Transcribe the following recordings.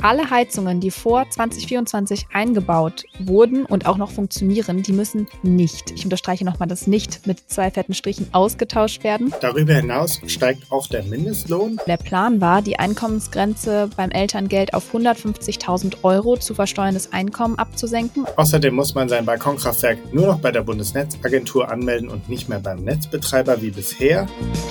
Alle Heizungen, die vor 2024 eingebaut wurden und auch noch funktionieren, die müssen nicht, ich unterstreiche nochmal das nicht, mit 2 fetten Strichen ausgetauscht werden. Darüber hinaus steigt auch der Mindestlohn. Der Plan war, die Einkommensgrenze beim Elterngeld auf 150.000 € zu versteuerndes Einkommen abzusenken. Außerdem muss man sein Balkonkraftwerk nur noch bei der Bundesnetzagentur anmelden und nicht mehr beim Netzbetreiber wie bisher.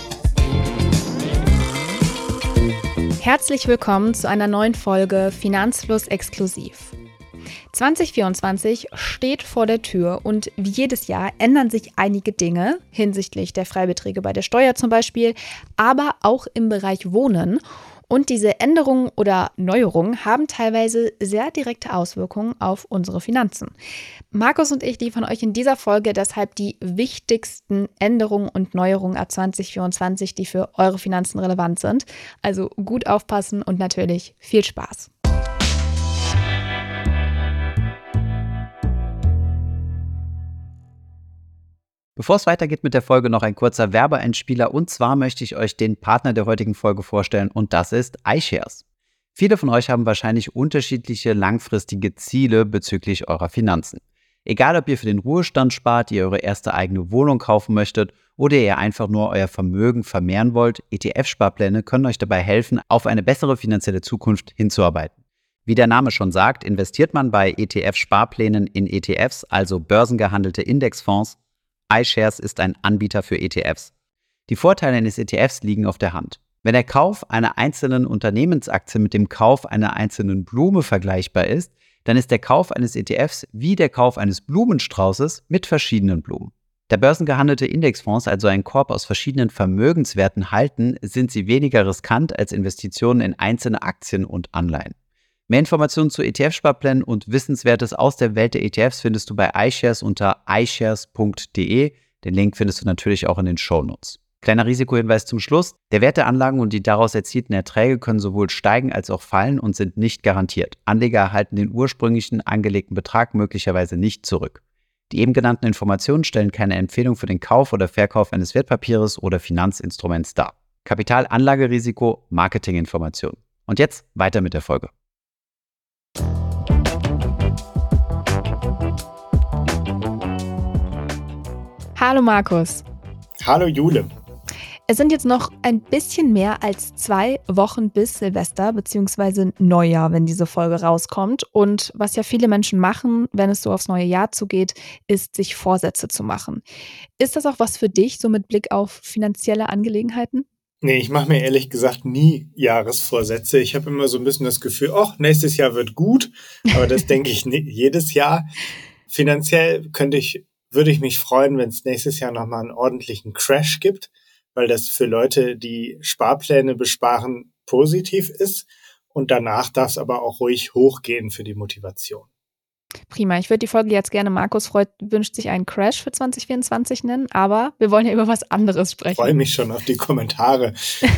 Herzlich willkommen zu einer neuen Folge Finanzfluss exklusiv. 2024 steht vor der Tür und wie jedes Jahr ändern sich einige Dinge hinsichtlich der Freibeträge bei der Steuer zum Beispiel, aber auch im Bereich Wohnen. Und diese Änderungen oder Neuerungen haben teilweise sehr direkte Auswirkungen auf unsere Finanzen. Markus und ich liefern euch in dieser Folge deshalb die wichtigsten Änderungen und Neuerungen ab 2024, die für eure Finanzen relevant sind. Also gut aufpassen und natürlich viel Spaß. Bevor es weitergeht mit der Folge, noch ein kurzer Werbeeinspieler. Und zwar möchte ich euch den Partner der heutigen Folge vorstellen und das ist iShares. Viele von euch haben wahrscheinlich unterschiedliche langfristige Ziele bezüglich eurer Finanzen. Egal, ob ihr für den Ruhestand spart, ihr eure erste eigene Wohnung kaufen möchtet oder ihr einfach nur euer Vermögen vermehren wollt, ETF-Sparpläne können euch dabei helfen, auf eine bessere finanzielle Zukunft hinzuarbeiten. Wie der Name schon sagt, investiert man bei ETF-Sparplänen in ETFs, also börsengehandelte Indexfonds. iShares ist ein Anbieter für ETFs. Die Vorteile eines ETFs liegen auf der Hand. Wenn der Kauf einer einzelnen Unternehmensaktie mit dem Kauf einer einzelnen Blume vergleichbar ist, dann ist der Kauf eines ETFs wie der Kauf eines Blumenstraußes mit verschiedenen Blumen. Da börsengehandelte Indexfonds also einen Korb aus verschiedenen Vermögenswerten halten, sind sie weniger riskant als Investitionen in einzelne Aktien und Anleihen. Mehr Informationen zu ETF-Sparplänen und Wissenswertes aus der Welt der ETFs findest du bei iShares unter ishares.de. Den Link findest du natürlich auch in den Shownotes. Kleiner Risikohinweis zum Schluss. Der Wert der Anlagen und die daraus erzielten Erträge können sowohl steigen als auch fallen und sind nicht garantiert. Anleger erhalten den ursprünglichen angelegten Betrag möglicherweise nicht zurück. Die eben genannten Informationen stellen keine Empfehlung für den Kauf oder Verkauf eines Wertpapieres oder Finanzinstruments dar. Kapitalanlagerisiko, Marketinginformation. Und jetzt weiter mit der Folge. Hallo Markus. Hallo Jule. Es sind jetzt noch ein bisschen mehr als 2 Wochen bis Silvester bzw. Neujahr, wenn diese Folge rauskommt. Und was ja viele Menschen machen, wenn es so aufs neue Jahr zugeht, ist, sich Vorsätze zu machen. Ist das auch was für dich, so mit Blick auf finanzielle Angelegenheiten? Nee, ich mache mir ehrlich gesagt nie Jahresvorsätze. Ich habe immer so ein bisschen das Gefühl, nächstes Jahr wird gut. Aber das denke ich jedes Jahr. Finanziell würde ich mich freuen, wenn es nächstes Jahr nochmal einen ordentlichen Crash gibt, weil das für Leute, die Sparpläne besparen, positiv ist. Und danach darf es aber auch ruhig hochgehen für die Motivation. Prima, ich würde die Folge jetzt gerne Markus wünscht sich einen Crash für 2024 nennen, aber wir wollen ja über was anderes sprechen. Ich freue mich schon auf die Kommentare.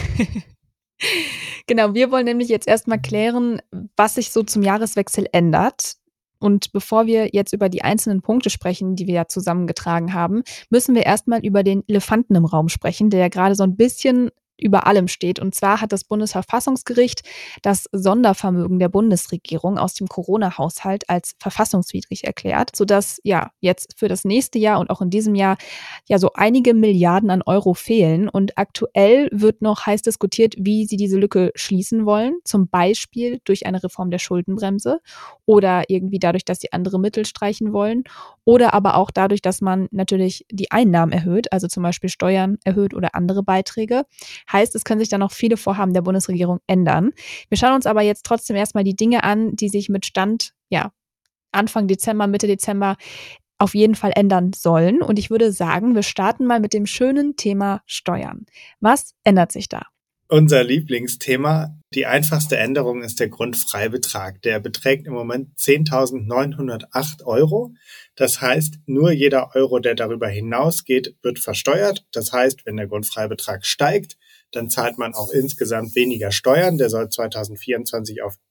Genau, wir wollen nämlich jetzt erstmal klären, was sich so zum Jahreswechsel ändert. Und bevor wir jetzt über die einzelnen Punkte sprechen, die wir ja zusammengetragen haben, müssen wir erstmal über den Elefanten im Raum sprechen, der ja gerade so ein bisschen über allem steht. Und zwar hat das Bundesverfassungsgericht das Sondervermögen der Bundesregierung aus dem Corona-Haushalt als verfassungswidrig erklärt, sodass ja jetzt für das nächste Jahr und auch in diesem Jahr ja so einige Milliarden an Euro fehlen. Und aktuell wird noch heiß diskutiert, wie sie diese Lücke schließen wollen. Zum Beispiel durch eine Reform der Schuldenbremse oder irgendwie dadurch, dass sie andere Mittel streichen wollen. Oder aber auch dadurch, dass man natürlich die Einnahmen erhöht, also zum Beispiel Steuern erhöht oder andere Beiträge. Heißt, es können sich dann noch viele Vorhaben der Bundesregierung ändern. Wir schauen uns aber jetzt trotzdem erstmal die Dinge an, die sich mit Stand Anfang Dezember, Mitte Dezember auf jeden Fall ändern sollen. Und ich würde sagen, wir starten mal mit dem schönen Thema Steuern. Was ändert sich da? Unser Lieblingsthema. Die einfachste Änderung ist der Grundfreibetrag. Der beträgt im Moment 10.908 €. Das heißt, nur jeder Euro, der darüber hinausgeht, wird versteuert. Das heißt, wenn der Grundfreibetrag steigt, dann zahlt man auch insgesamt weniger Steuern. Der soll 2024 auf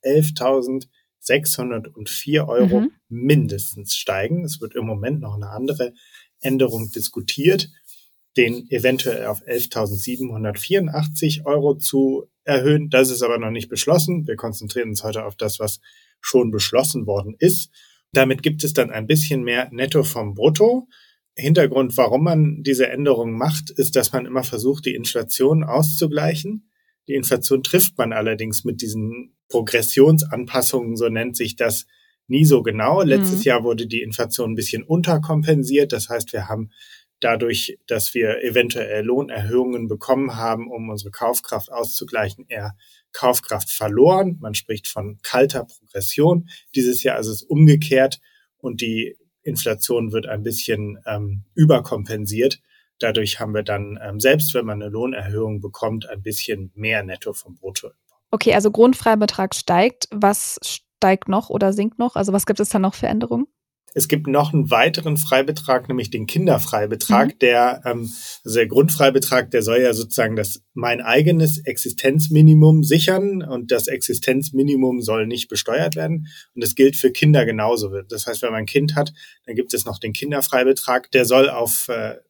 11.604 € mindestens steigen. Es wird im Moment noch eine andere Änderung diskutiert, den eventuell auf 11.784 € zu erhöhen. Das ist aber noch nicht beschlossen. Wir konzentrieren uns heute auf das, was schon beschlossen worden ist. Damit gibt es dann ein bisschen mehr Netto vom Brutto. Hintergrund, warum man diese Änderungen macht, ist, dass man immer versucht, die Inflation auszugleichen. Die Inflation trifft man allerdings mit diesen Progressionsanpassungen, so nennt sich das, nie so genau. Letztes Jahr wurde die Inflation ein bisschen unterkompensiert. Das heißt, wir haben dadurch, dass wir eventuell Lohnerhöhungen bekommen haben, um unsere Kaufkraft auszugleichen, eher Kaufkraft verloren. Man spricht von kalter Progression. Dieses Jahr ist es umgekehrt und die Inflation wird ein bisschen überkompensiert. Dadurch haben wir dann, selbst wenn man eine Lohnerhöhung bekommt, ein bisschen mehr Netto vom Brutto. Okay, also Grundfreibetrag steigt. Was steigt noch oder sinkt noch? Also was gibt es da noch für Änderungen? Es gibt noch einen weiteren Freibetrag, nämlich den Kinderfreibetrag. Der Grundfreibetrag, der soll ja sozusagen mein eigenes Existenzminimum sichern und das Existenzminimum soll nicht besteuert werden. Und das gilt für Kinder genauso. Das heißt, wenn man ein Kind hat, dann gibt es noch den Kinderfreibetrag. Der soll auf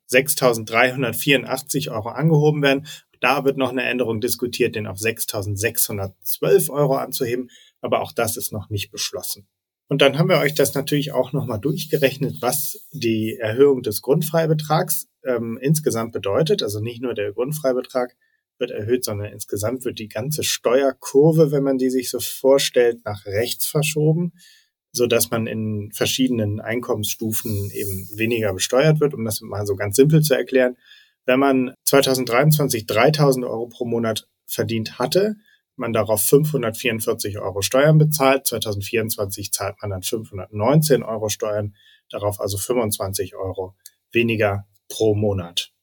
6.384 € angehoben werden. Da wird noch eine Änderung diskutiert, den auf 6.612 € anzuheben. Aber auch das ist noch nicht beschlossen. Und dann haben wir euch das natürlich auch nochmal durchgerechnet, was die Erhöhung des Grundfreibetrags insgesamt bedeutet. Also nicht nur der Grundfreibetrag wird erhöht, sondern insgesamt wird die ganze Steuerkurve, wenn man die sich so vorstellt, nach rechts verschoben, sodass man in verschiedenen Einkommensstufen eben weniger besteuert wird, um das mal so ganz simpel zu erklären. Wenn man 2023 3.000 € pro Monat verdient hatte, man darauf 544 € Steuern bezahlt. 2024 zahlt man dann 519 € Steuern, darauf also 25 € weniger pro Monat.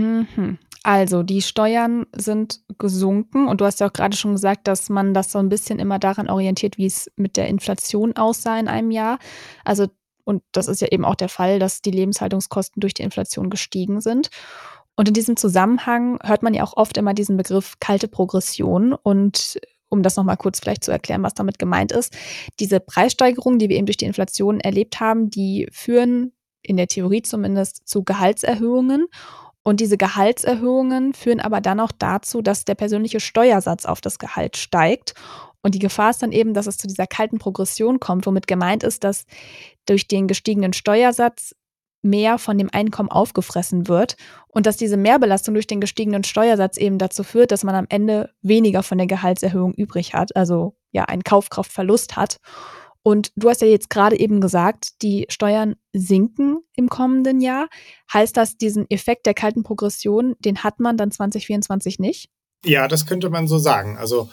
Also die Steuern sind gesunken und du hast ja auch gerade schon gesagt, dass man das so ein bisschen immer daran orientiert, wie es mit der Inflation aussah in einem Jahr. Also, und das ist ja eben auch der Fall, dass die Lebenshaltungskosten durch die Inflation gestiegen sind. Und in diesem Zusammenhang hört man ja auch oft immer diesen Begriff kalte Progression. Und um das nochmal kurz vielleicht zu erklären, was damit gemeint ist, diese Preissteigerungen, die wir eben durch die Inflation erlebt haben, die führen in der Theorie zumindest zu Gehaltserhöhungen. Und diese Gehaltserhöhungen führen aber dann auch dazu, dass der persönliche Steuersatz auf das Gehalt steigt. Und die Gefahr ist dann eben, dass es zu dieser kalten Progression kommt, womit gemeint ist, dass durch den gestiegenen Steuersatz mehr von dem Einkommen aufgefressen wird und dass diese Mehrbelastung durch den gestiegenen Steuersatz eben dazu führt, dass man am Ende weniger von der Gehaltserhöhung übrig hat, also ja einen Kaufkraftverlust hat. Und du hast ja jetzt gerade eben gesagt, die Steuern sinken im kommenden Jahr. Heißt das, diesen Effekt der kalten Progression, den hat man dann 2024 nicht? Ja, das könnte man so sagen. Also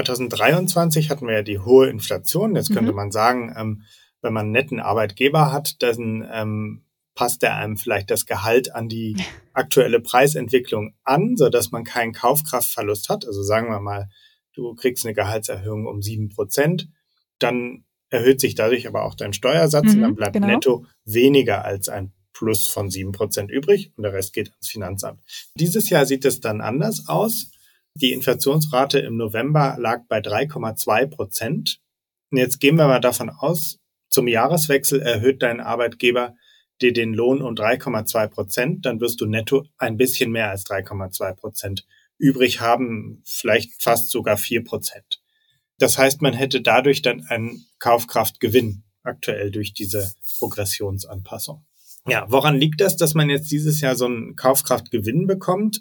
2023 hatten wir ja die hohe Inflation. Jetzt könnte man sagen, wenn man einen netten Arbeitgeber hat, dann passt er einem vielleicht das Gehalt an die aktuelle Preisentwicklung an, sodass man keinen Kaufkraftverlust hat. Also sagen wir mal, du kriegst eine Gehaltserhöhung um 7%, dann erhöht sich dadurch aber auch dein Steuersatz und dann bleibt netto weniger als ein Plus von 7% übrig und der Rest geht ans Finanzamt. Dieses Jahr sieht es dann anders aus. Die Inflationsrate im November lag bei 3,2%. Und jetzt gehen wir mal davon aus, zum Jahreswechsel erhöht dein Arbeitgeber dir den Lohn um 3,2%, dann wirst du netto ein bisschen mehr als 3,2% übrig haben, vielleicht fast sogar 4%. Das heißt, man hätte dadurch dann einen Kaufkraftgewinn aktuell durch diese Progressionsanpassung. Ja, woran liegt das, dass man jetzt dieses Jahr so einen Kaufkraftgewinn bekommt?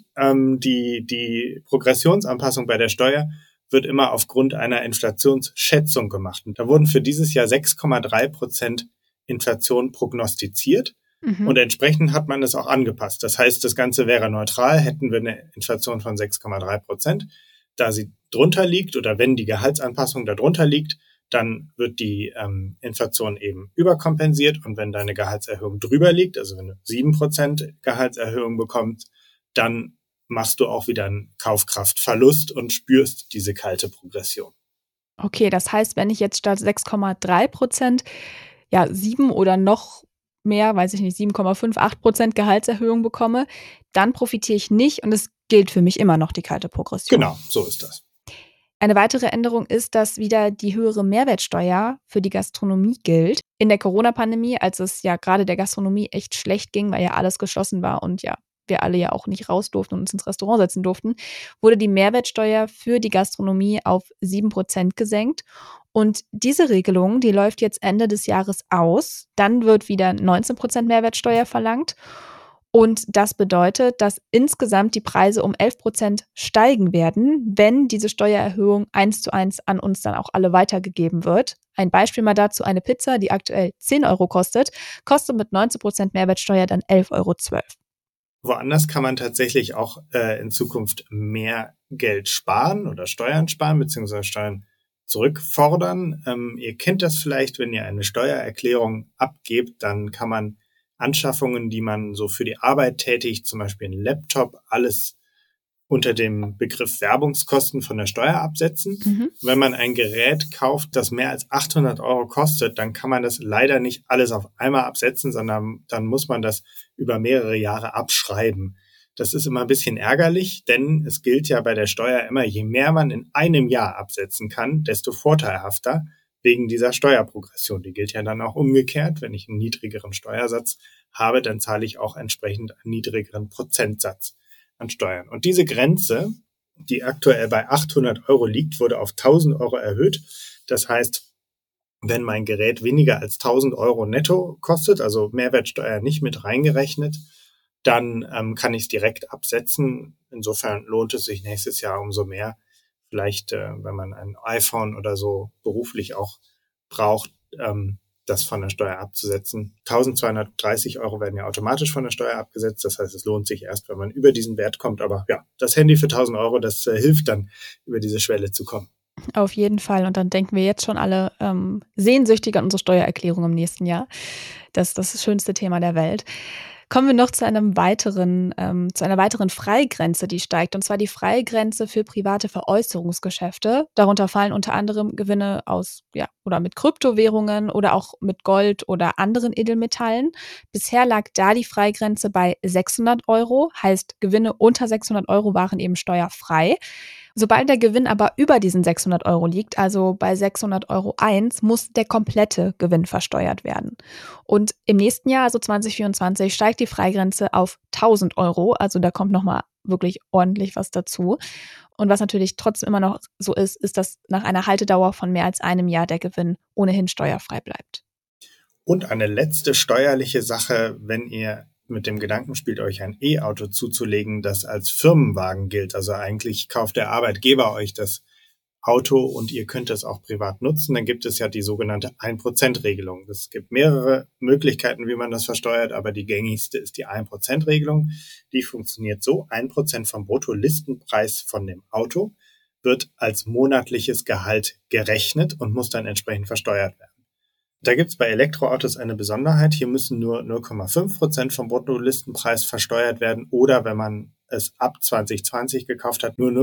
Die Progressionsanpassung bei der Steuer wird immer aufgrund einer Inflationsschätzung gemacht. Und da wurden für dieses Jahr 6,3% Inflation prognostiziert und entsprechend hat man es auch angepasst. Das heißt, das Ganze wäre neutral, hätten wir eine Inflation von 6,3%. Da sie drunter liegt oder wenn die Gehaltsanpassung da drunter liegt, dann wird die Inflation eben überkompensiert und wenn deine Gehaltserhöhung drüber liegt, also wenn du 7% Gehaltserhöhung bekommst, dann machst du auch wieder einen Kaufkraftverlust und spürst diese kalte Progression. Okay, das heißt, wenn ich jetzt statt 6,3% 7 oder noch mehr, weiß ich nicht, 7,5, 8% Gehaltserhöhung bekomme, dann profitiere ich nicht und es gilt für mich immer noch die kalte Progression. Genau, so ist das. Eine weitere Änderung ist, dass wieder die höhere Mehrwertsteuer für die Gastronomie gilt. In der Corona-Pandemie, als es ja gerade der Gastronomie echt schlecht ging, weil ja alles geschlossen war und ja wir alle ja auch nicht raus durften und uns ins Restaurant setzen durften, wurde die Mehrwertsteuer für die Gastronomie auf 7% gesenkt. Und diese Regelung, die läuft jetzt Ende des Jahres aus. Dann wird wieder 19% Mehrwertsteuer verlangt. Und das bedeutet, dass insgesamt die Preise um 11% steigen werden, wenn diese Steuererhöhung 1:1 an uns dann auch alle weitergegeben wird. Ein Beispiel mal dazu: Eine Pizza, die aktuell 10 Euro kostet mit 19% Mehrwertsteuer dann 11,12 Euro. Woanders kann man tatsächlich auch in Zukunft mehr Geld sparen oder Steuern sparen, beziehungsweise Steuern zurückfordern. Ihr kennt das vielleicht, wenn ihr eine Steuererklärung abgebt, dann kann man Anschaffungen, die man so für die Arbeit tätigt, zum Beispiel ein Laptop, alles unter dem Begriff Werbungskosten von der Steuer absetzen. Mhm. Wenn man ein Gerät kauft, das mehr als 800 Euro kostet, dann kann man das leider nicht alles auf einmal absetzen, sondern dann muss man das über mehrere Jahre abschreiben. Das ist immer ein bisschen ärgerlich, denn es gilt ja bei der Steuer immer, je mehr man in einem Jahr absetzen kann, desto vorteilhafter wegen dieser Steuerprogression. Die gilt ja dann auch umgekehrt. Wenn ich einen niedrigeren Steuersatz habe, dann zahle ich auch entsprechend einen niedrigeren Prozentsatz an Steuern. Und diese Grenze, die aktuell bei 800 Euro liegt, wurde auf 1000 Euro erhöht. Das heißt, wenn mein Gerät weniger als 1000 Euro netto kostet, also Mehrwertsteuer nicht mit reingerechnet, dann kann ich es direkt absetzen. Insofern lohnt es sich nächstes Jahr umso mehr. Vielleicht, wenn man ein iPhone oder so beruflich auch braucht, das von der Steuer abzusetzen. 1230 Euro werden ja automatisch von der Steuer abgesetzt. Das heißt, es lohnt sich erst, wenn man über diesen Wert kommt. Aber ja, das Handy für 1000 Euro, das hilft dann, über diese Schwelle zu kommen. Auf jeden Fall. Und dann denken wir jetzt schon alle sehnsüchtig an unsere Steuererklärung im nächsten Jahr. Das ist das schönste Thema der Welt. Kommen wir noch zu einer weiteren Freigrenze, die steigt, und zwar die Freigrenze für private Veräußerungsgeschäfte. Darunter fallen unter anderem Gewinne oder mit Kryptowährungen oder auch mit Gold oder anderen Edelmetallen. Bisher lag da die Freigrenze bei 600 Euro, heißt Gewinne unter 600 Euro waren eben steuerfrei. Sobald der Gewinn aber über diesen 600 Euro liegt, also bei 600,01 Euro, muss der komplette Gewinn versteuert werden. Und im nächsten Jahr, also 2024, steigt die Freigrenze auf 1.000 Euro. Also da kommt nochmal wirklich ordentlich was dazu. Und was natürlich trotzdem immer noch so ist, dass nach einer Haltedauer von mehr als einem Jahr der Gewinn ohnehin steuerfrei bleibt. Und eine letzte steuerliche Sache, wenn ihr mit dem Gedanken spielt, euch ein E-Auto zuzulegen, das als Firmenwagen gilt. Also eigentlich kauft der Arbeitgeber euch das Auto und ihr könnt es auch privat nutzen. Dann gibt es ja die sogenannte 1%-Regelung. Es gibt mehrere Möglichkeiten, wie man das versteuert, aber die gängigste ist die 1%-Regelung. Die funktioniert so: 1% vom Bruttolistenpreis von dem Auto wird als monatliches Gehalt gerechnet und muss dann entsprechend versteuert werden. Da gibt es bei Elektroautos eine Besonderheit. Hier müssen nur 0,5% vom Bruttolistenpreis versteuert werden oder, wenn man es ab 2020 gekauft hat, nur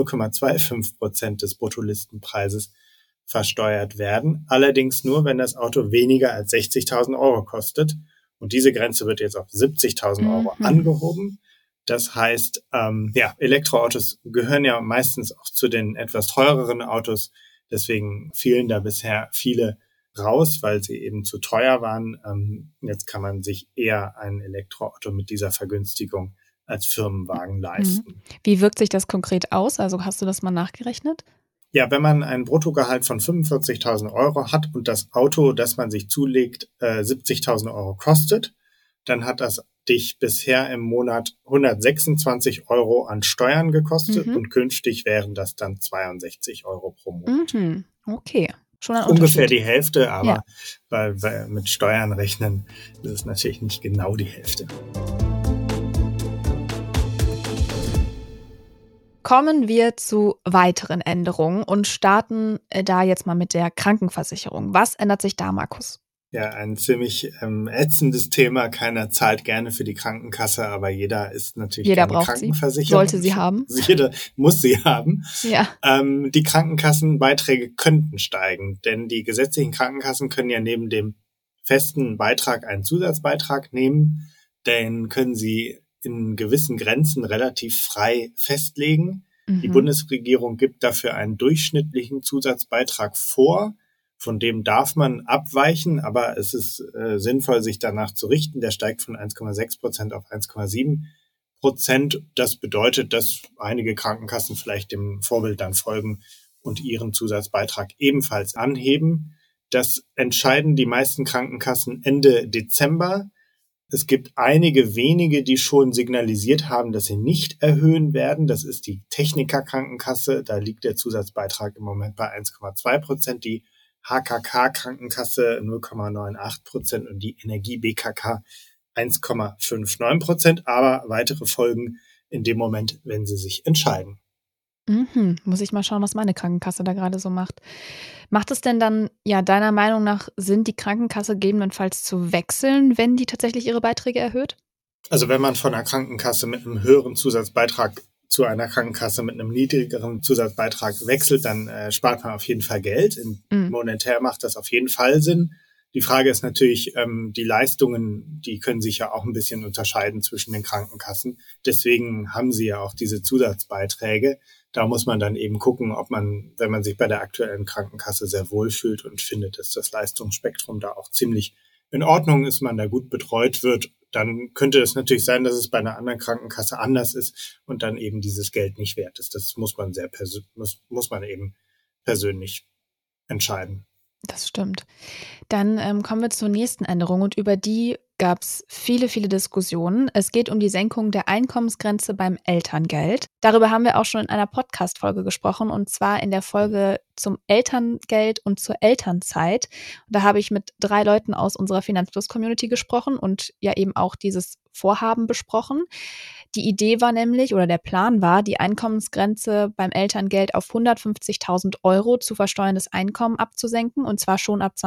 0,25% des Bruttolistenpreises versteuert werden. Allerdings nur, wenn das Auto weniger als 60.000 Euro kostet. Und diese Grenze wird jetzt auf 70.000 Euro angehoben. Das heißt, Elektroautos gehören ja meistens auch zu den etwas teureren Autos. Deswegen fielen da bisher viele raus, weil sie eben zu teuer waren. Jetzt kann man sich eher ein Elektroauto mit dieser Vergünstigung als Firmenwagen leisten. Wie wirkt sich das konkret aus? Also hast du das mal nachgerechnet? Ja, wenn man ein Bruttogehalt von 45.000 Euro hat und das Auto, das man sich zulegt, 70.000 Euro kostet, dann hat das dich bisher im Monat 126 Euro an Steuern gekostet und künftig wären das dann 62 Euro pro Monat. Okay. Schon ein Ungefähr Unterschied. die Hälfte, aber weil mit Steuern rechnen ist es natürlich nicht genau die Hälfte. Kommen wir zu weiteren Änderungen und starten da jetzt mal mit der Krankenversicherung. Was ändert sich da, Markus? Ja, ein ziemlich ätzendes Thema. Keiner zahlt gerne für die Krankenkasse, aber jeder ist natürlich Jeder gerne braucht Krankenversicherung. Sollte sie haben. Jeder muss sie haben. Ja. Die Krankenkassenbeiträge könnten steigen, denn die gesetzlichen Krankenkassen können ja neben dem festen Beitrag einen Zusatzbeitrag nehmen. Den können sie in gewissen Grenzen relativ frei festlegen. Die Bundesregierung gibt dafür einen durchschnittlichen Zusatzbeitrag vor. Von dem darf man abweichen, aber es ist sinnvoll, sich danach zu richten. Der steigt von 1,6% auf 1,7%. Das bedeutet, dass einige Krankenkassen vielleicht dem Vorbild dann folgen und ihren Zusatzbeitrag ebenfalls anheben. Das entscheiden die meisten Krankenkassen Ende Dezember. Es gibt einige wenige, die schon signalisiert haben, dass sie nicht erhöhen werden. Das ist die Techniker-Krankenkasse. Da liegt der Zusatzbeitrag im Moment bei 1,2%. Die HKK-Krankenkasse 0,98% und die Energie-BKK 1,59%. Aber weitere folgen in dem Moment, wenn sie sich entscheiden. Muss ich mal schauen, was meine Krankenkasse da gerade so macht. Macht es denn dann, ja, deiner Meinung nach Sinn, die Krankenkasse gegebenenfalls zu wechseln, wenn die tatsächlich ihre Beiträge erhöht? Also wenn man von einer Krankenkasse mit einem höheren Zusatzbeitrag zu einer Krankenkasse mit einem niedrigeren Zusatzbeitrag wechselt, dann spart man auf jeden Fall Geld. Monetär macht das auf jeden Fall Sinn. Die Frage ist natürlich, die Leistungen, die können sich ja auch ein bisschen unterscheiden zwischen den Krankenkassen. Deswegen haben sie ja auch diese Zusatzbeiträge. Da muss man dann eben gucken, ob man, wenn man sich bei der aktuellen Krankenkasse sehr wohl fühlt und findet, dass das Leistungsspektrum da auch ziemlich in Ordnung ist, man da gut betreut wird, dann könnte es natürlich sein, dass es bei einer anderen Krankenkasse anders ist und dann eben dieses Geld nicht wert ist. Das muss man muss man eben persönlich entscheiden. Das stimmt. Dann kommen wir zur nächsten Änderung und über die gab es viele, viele Diskussionen. Es geht um die Senkung der Einkommensgrenze beim Elterngeld. Darüber haben wir auch schon in einer Podcast-Folge gesprochen und zwar in der Folge zum Elterngeld und zur Elternzeit. Da habe ich mit 3 Leuten aus unserer Finanzplus-Community gesprochen und ja eben auch dieses Vorhaben besprochen. Die Idee war nämlich, oder der Plan war, die Einkommensgrenze beim Elterngeld auf 150.000 € zu versteuerndes Einkommen abzusenken, und zwar schon ab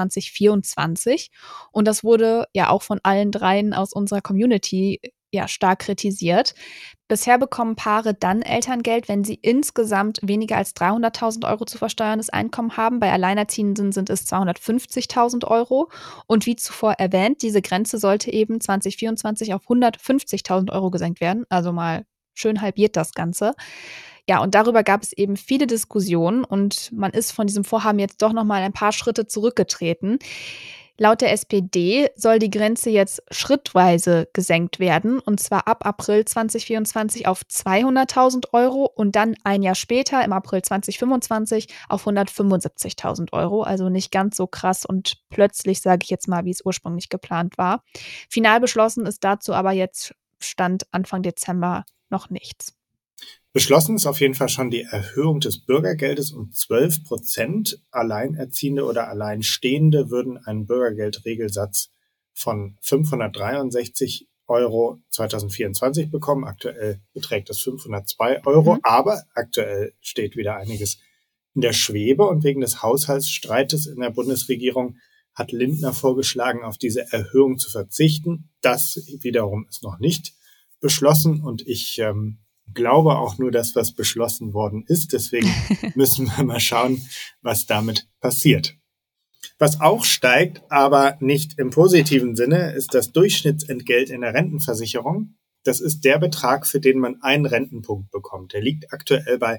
2024. Und das wurde ja auch von allen 3 aus unserer Community ja stark kritisiert. Bisher bekommen Paare dann Elterngeld, wenn sie insgesamt weniger als 300.000 € zu versteuerndes Einkommen haben. Bei Alleinerziehenden sind es 250.000 €. Und wie zuvor erwähnt, diese Grenze sollte eben 2024 auf 150.000 € gesenkt werden. Also mal schön halbiert das Ganze. Ja, und darüber gab es eben viele Diskussionen und man ist von diesem Vorhaben jetzt doch noch mal ein paar Schritte zurückgetreten. Laut der SPD soll die Grenze jetzt schrittweise gesenkt werden, und zwar ab April 2024 auf 200.000 € und dann ein Jahr später, im April 2025, auf 175.000 €. Also nicht ganz so krass und plötzlich, sage ich jetzt mal, wie es ursprünglich geplant war. Final beschlossen ist dazu aber jetzt Stand Anfang Dezember noch nichts. Beschlossen ist auf jeden Fall schon die Erhöhung des Bürgergeldes um 12%. Alleinerziehende oder Alleinstehende würden einen Bürgergeldregelsatz von 563 € 2024 bekommen. Aktuell beträgt es 502 €, aber aktuell steht wieder einiges in der Schwebe und wegen des Haushaltsstreites in der Bundesregierung hat Lindner vorgeschlagen, auf diese Erhöhung zu verzichten. Das wiederum ist noch nicht beschlossen und ich glaube auch nur das, was beschlossen worden ist. Deswegen müssen wir mal schauen, was damit passiert. Was auch steigt, aber nicht im positiven Sinne, ist das Durchschnittsentgelt in der Rentenversicherung. Das ist der Betrag, für den man einen Rentenpunkt bekommt. Der liegt aktuell bei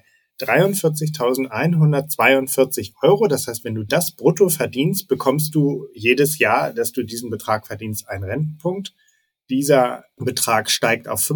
43.142 €. Das heißt, wenn du das brutto verdienst, bekommst du jedes Jahr, dass du diesen Betrag verdienst, einen Rentenpunkt. Dieser Betrag steigt auf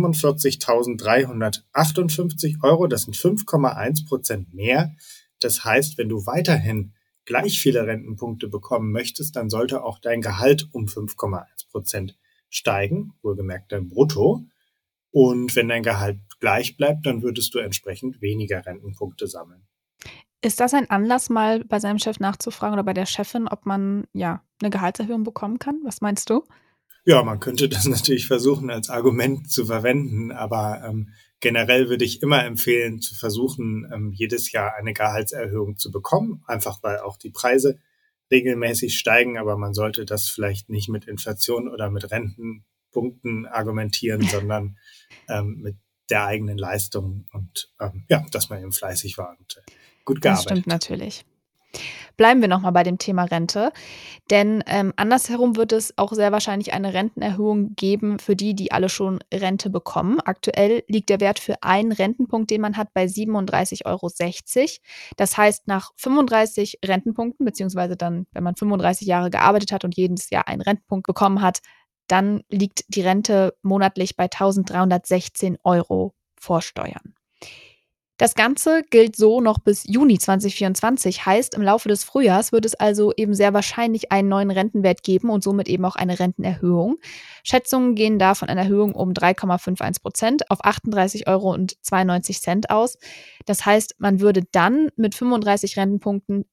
45.358 €. Das sind 5,1% mehr. Das heißt, wenn du weiterhin gleich viele Rentenpunkte bekommen möchtest, dann sollte auch dein Gehalt um 5,1% steigen, wohlgemerkt dein Brutto. Und wenn dein Gehalt gleich bleibt, dann würdest du entsprechend weniger Rentenpunkte sammeln. Ist das ein Anlass, mal bei seinem Chef nachzufragen oder bei der Chefin, ob man ja eine Gehaltserhöhung bekommen kann? Was meinst du? Ja, man könnte das natürlich versuchen als Argument zu verwenden, aber generell würde ich immer empfehlen, zu versuchen, jedes Jahr eine Gehaltserhöhung zu bekommen, einfach weil auch die Preise regelmäßig steigen, aber man sollte das vielleicht nicht mit Inflation oder mit Rentenpunkten argumentieren, sondern mit der eigenen Leistung und dass man eben fleißig war und gut gearbeitet. Das stimmt natürlich. Bleiben wir nochmal bei dem Thema Rente, denn andersherum wird es auch sehr wahrscheinlich eine Rentenerhöhung geben für die, die alle schon Rente bekommen. Aktuell liegt der Wert für einen Rentenpunkt, den man hat, bei 37,60 €. Das heißt, nach 35 Rentenpunkten, beziehungsweise dann, wenn man 35 Jahre gearbeitet hat und jedes Jahr einen Rentenpunkt bekommen hat, dann liegt die Rente monatlich bei 1.316 € vor Steuern. Das Ganze gilt so noch bis Juni 2024, heißt, im Laufe des Frühjahrs wird es also eben sehr wahrscheinlich einen neuen Rentenwert geben und somit eben auch eine Rentenerhöhung. Schätzungen gehen da von einer Erhöhung um 3,51% auf 38,92 € aus. Das heißt, man würde dann mit 35 Rentenpunkten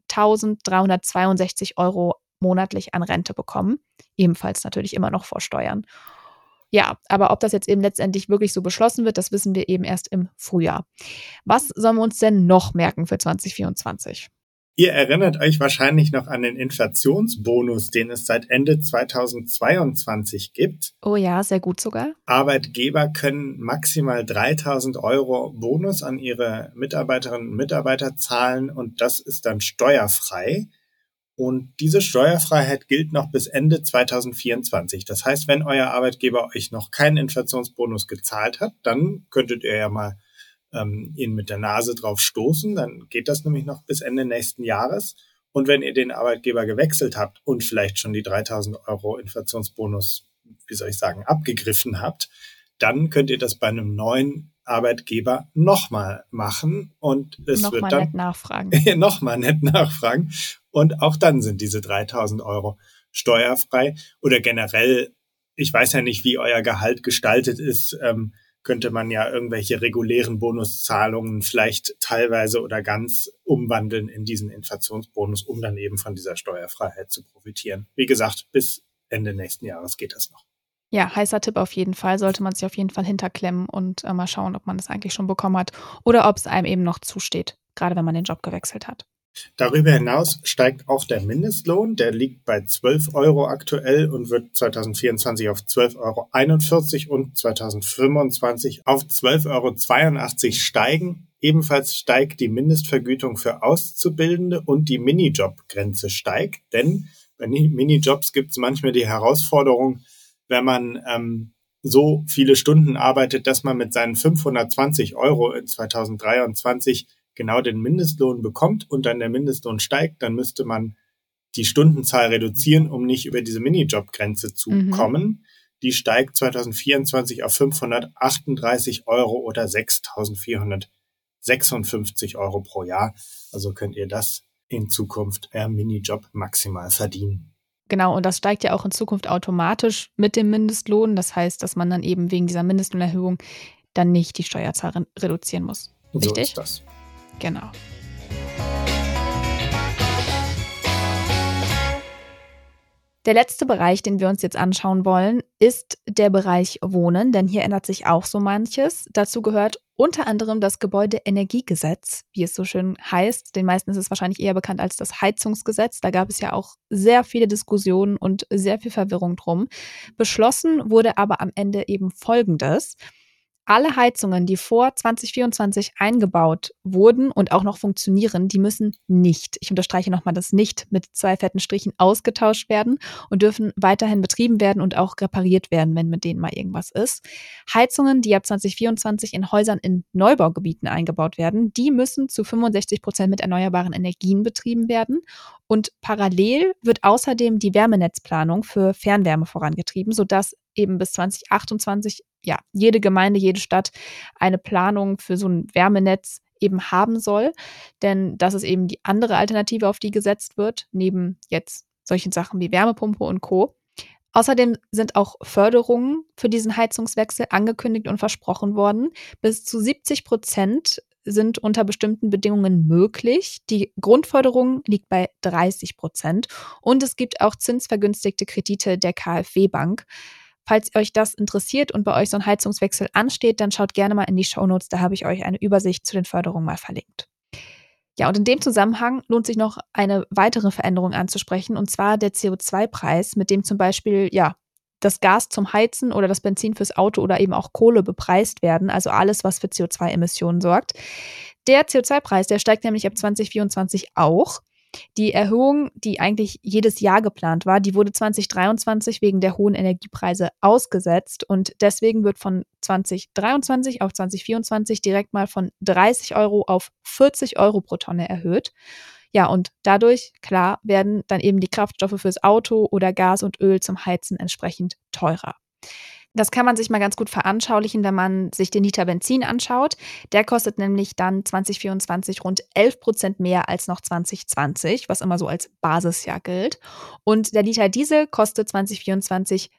1.362 € monatlich an Rente bekommen. Ebenfalls natürlich immer noch vor Steuern. Ja, aber ob das jetzt eben letztendlich wirklich so beschlossen wird, das wissen wir eben erst im Frühjahr. Was sollen wir uns denn noch merken für 2024? Ihr erinnert euch wahrscheinlich noch an den Inflationsbonus, den es seit Ende 2022 gibt. Oh ja, sehr gut sogar. Arbeitgeber können maximal 3.000 € Bonus an ihre Mitarbeiterinnen und Mitarbeiter zahlen und das ist dann steuerfrei. Und diese Steuerfreiheit gilt noch bis Ende 2024. Das heißt, wenn euer Arbeitgeber euch noch keinen Inflationsbonus gezahlt hat, dann könntet ihr ja mal ihn mit der Nase drauf stoßen. Dann geht das nämlich noch bis Ende nächsten Jahres. Und wenn ihr den Arbeitgeber gewechselt habt und vielleicht schon die 3.000 € Inflationsbonus, abgegriffen habt, dann könnt ihr das bei einem neuen Arbeitgeber nochmal machen und es Noch wird mal dann nett nachfragen. nochmal nett nachfragen und auch dann sind diese 3.000 € steuerfrei oder generell, ich weiß ja nicht, wie euer Gehalt gestaltet ist, könnte man ja irgendwelche regulären Bonuszahlungen vielleicht teilweise oder ganz umwandeln in diesen Inflationsbonus, um dann eben von dieser Steuerfreiheit zu profitieren. Wie gesagt, bis Ende nächsten Jahres geht das noch. Ja, heißer Tipp auf jeden Fall. Sollte man sich auf jeden Fall hinterklemmen und mal schauen, ob man das eigentlich schon bekommen hat oder ob es einem eben noch zusteht, gerade wenn man den Job gewechselt hat. Darüber hinaus steigt auch der Mindestlohn. Der liegt bei 12 € aktuell und wird 2024 auf 12,41 € und 2025 auf 12,82 € steigen. Ebenfalls steigt die Mindestvergütung für Auszubildende und die Minijobgrenze steigt, denn bei Minijobs gibt es manchmal die Herausforderung, wenn man so viele Stunden arbeitet, dass man mit seinen 520 € in 2023 genau den Mindestlohn bekommt und dann der Mindestlohn steigt, dann müsste man die Stundenzahl reduzieren, um nicht über diese Minijobgrenze zu kommen. Die steigt 2024 auf 538 € oder 6.456 € pro Jahr. Also könnt ihr das in Zukunft per Minijob maximal verdienen. Genau, und das steigt ja auch in Zukunft automatisch mit dem Mindestlohn. Das heißt, dass man dann eben wegen dieser Mindestlohnerhöhung dann nicht die Steuerzahl reduzieren muss. Richtig? So ist das. Genau. Der letzte Bereich, den wir uns jetzt anschauen wollen, ist der Bereich Wohnen, denn hier ändert sich auch so manches. Dazu gehört unter anderem das Gebäudeenergiegesetz, wie es so schön heißt. Den meisten ist es wahrscheinlich eher bekannt als das Heizungsgesetz. Da gab es ja auch sehr viele Diskussionen und sehr viel Verwirrung drum. Beschlossen wurde aber am Ende eben Folgendes. Alle Heizungen, die vor 2024 eingebaut wurden und auch noch funktionieren, die müssen nicht, ich unterstreiche nochmal das nicht, mit 2 fetten Strichen ausgetauscht werden und dürfen weiterhin betrieben werden und auch repariert werden, wenn mit denen mal irgendwas ist. Heizungen, die ab 2024 in Häusern in Neubaugebieten eingebaut werden, die müssen zu 65% mit erneuerbaren Energien betrieben werden. Und parallel wird außerdem die Wärmenetzplanung für Fernwärme vorangetrieben, sodass eben bis 2028 jede Gemeinde, jede Stadt eine Planung für so ein Wärmenetz eben haben soll. Denn das ist eben die andere Alternative, auf die gesetzt wird, neben jetzt solchen Sachen wie Wärmepumpe und Co. Außerdem sind auch Förderungen für diesen Heizungswechsel angekündigt und versprochen worden. Bis zu 70% sind unter bestimmten Bedingungen möglich. Die Grundförderung liegt bei 30% und es gibt auch zinsvergünstigte Kredite der KfW-Bank. Falls euch das interessiert und bei euch so ein Heizungswechsel ansteht, dann schaut gerne mal in die Shownotes, da habe ich euch eine Übersicht zu den Förderungen mal verlinkt. Ja, und in dem Zusammenhang lohnt sich noch eine weitere Veränderung anzusprechen, und zwar der CO2-Preis, mit dem zum Beispiel das Gas zum Heizen oder das Benzin fürs Auto oder eben auch Kohle bepreist werden, also alles, was für CO2-Emissionen sorgt. Der CO2-Preis, der steigt nämlich ab 2024 auch. Die Erhöhung, die eigentlich jedes Jahr geplant war, die wurde 2023 wegen der hohen Energiepreise ausgesetzt und deswegen wird von 2023 auf 2024 direkt mal von 30 € auf 40 € pro Tonne erhöht. Ja, und dadurch, klar, werden dann eben die Kraftstoffe fürs Auto oder Gas und Öl zum Heizen entsprechend teurer. Das kann man sich mal ganz gut veranschaulichen, wenn man sich den Liter Benzin anschaut. Der kostet nämlich dann 2024 rund 11% mehr als noch 2020, was immer so als Basisjahr gilt. Und der Liter Diesel kostet 2024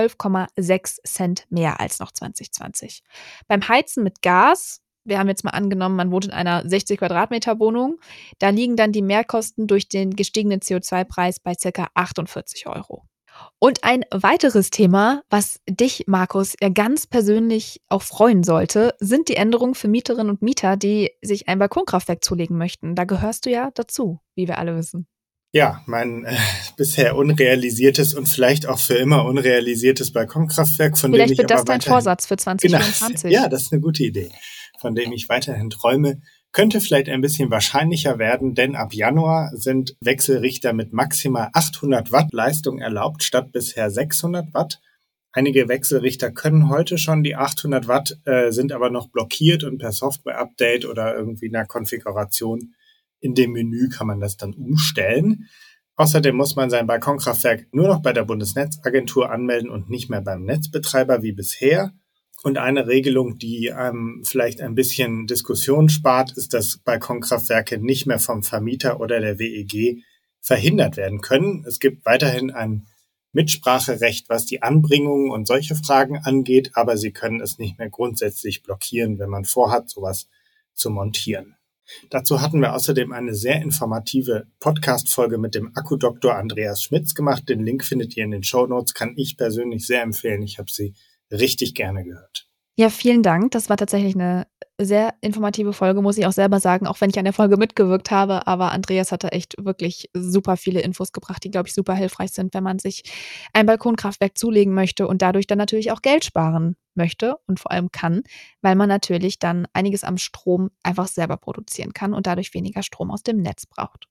12,6 Cent mehr als noch 2020. Beim Heizen mit Gas, wir haben jetzt mal angenommen, man wohnt in einer 60 Quadratmeter Wohnung, da liegen dann die Mehrkosten durch den gestiegenen CO2-Preis bei ca. 48 Euro. Und ein weiteres Thema, was dich, Markus, ja ganz persönlich auch freuen sollte, sind die Änderungen für Mieterinnen und Mieter, die sich ein Balkonkraftwerk zulegen möchten. Da gehörst du ja dazu, wie wir alle wissen. Ja, mein bisher unrealisiertes und vielleicht auch für immer unrealisiertes Balkonkraftwerk, von vielleicht dem ich wird aber das dein Vorsatz für 2024. Genau, ja, das ist eine gute Idee, von dem ich weiterhin träume. Könnte vielleicht ein bisschen wahrscheinlicher werden, denn ab Januar sind Wechselrichter mit maximal 800 Watt Leistung erlaubt, statt bisher 600 Watt. Einige Wechselrichter können heute schon die 800 Watt, sind aber noch blockiert und per Software-Update oder irgendwie einer Konfiguration in dem Menü kann man das dann umstellen. Außerdem muss man sein Balkonkraftwerk nur noch bei der Bundesnetzagentur anmelden und nicht mehr beim Netzbetreiber wie bisher. Und eine Regelung, die vielleicht ein bisschen Diskussion spart, ist, dass Balkonkraftwerke nicht mehr vom Vermieter oder der WEG verhindert werden können. Es gibt weiterhin ein Mitspracherecht, was die Anbringung und solche Fragen angeht, aber sie können es nicht mehr grundsätzlich blockieren, wenn man vorhat, sowas zu montieren. Dazu hatten wir außerdem eine sehr informative Podcast-Folge mit dem Akkudoktor Andreas Schmitz gemacht. Den Link findet ihr in den Shownotes, kann ich persönlich sehr empfehlen. Ich habe sie richtig gerne gehört. Ja, vielen Dank. Das war tatsächlich eine sehr informative Folge, muss ich auch selber sagen, auch wenn ich an der Folge mitgewirkt habe. Aber Andreas hatte echt wirklich super viele Infos gebracht, die, glaube ich, super hilfreich sind, wenn man sich ein Balkonkraftwerk zulegen möchte und dadurch dann natürlich auch Geld sparen möchte und vor allem kann, weil man natürlich dann einiges am Strom einfach selber produzieren kann und dadurch weniger Strom aus dem Netz braucht.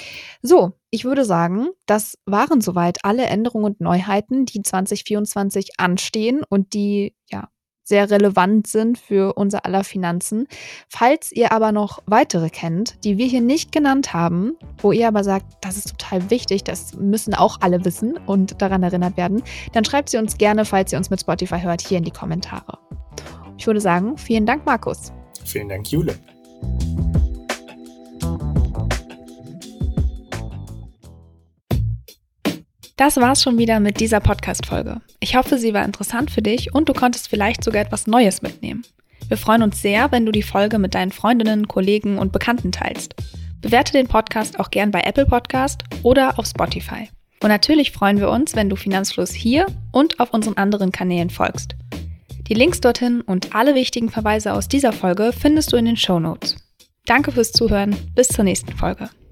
So, ich würde sagen, das waren soweit alle Änderungen und Neuheiten, die 2024 anstehen und die ja sehr relevant sind für unser aller Finanzen. Falls ihr aber noch weitere kennt, die wir hier nicht genannt haben, wo ihr aber sagt, das ist total wichtig, das müssen auch alle wissen und daran erinnert werden, dann schreibt sie uns gerne, falls ihr uns mit Spotify hört, hier in die Kommentare. Ich würde sagen, vielen Dank, Markus. Vielen Dank, Jule. Das war's schon wieder mit dieser Podcast-Folge. Ich hoffe, sie war interessant für dich und du konntest vielleicht sogar etwas Neues mitnehmen. Wir freuen uns sehr, wenn du die Folge mit deinen Freundinnen, Kollegen und Bekannten teilst. Bewerte den Podcast auch gern bei Apple Podcast oder auf Spotify. Und natürlich freuen wir uns, wenn du Finanzfluss hier und auf unseren anderen Kanälen folgst. Die Links dorthin und alle wichtigen Verweise aus dieser Folge findest du in den Shownotes. Danke fürs Zuhören, bis zur nächsten Folge.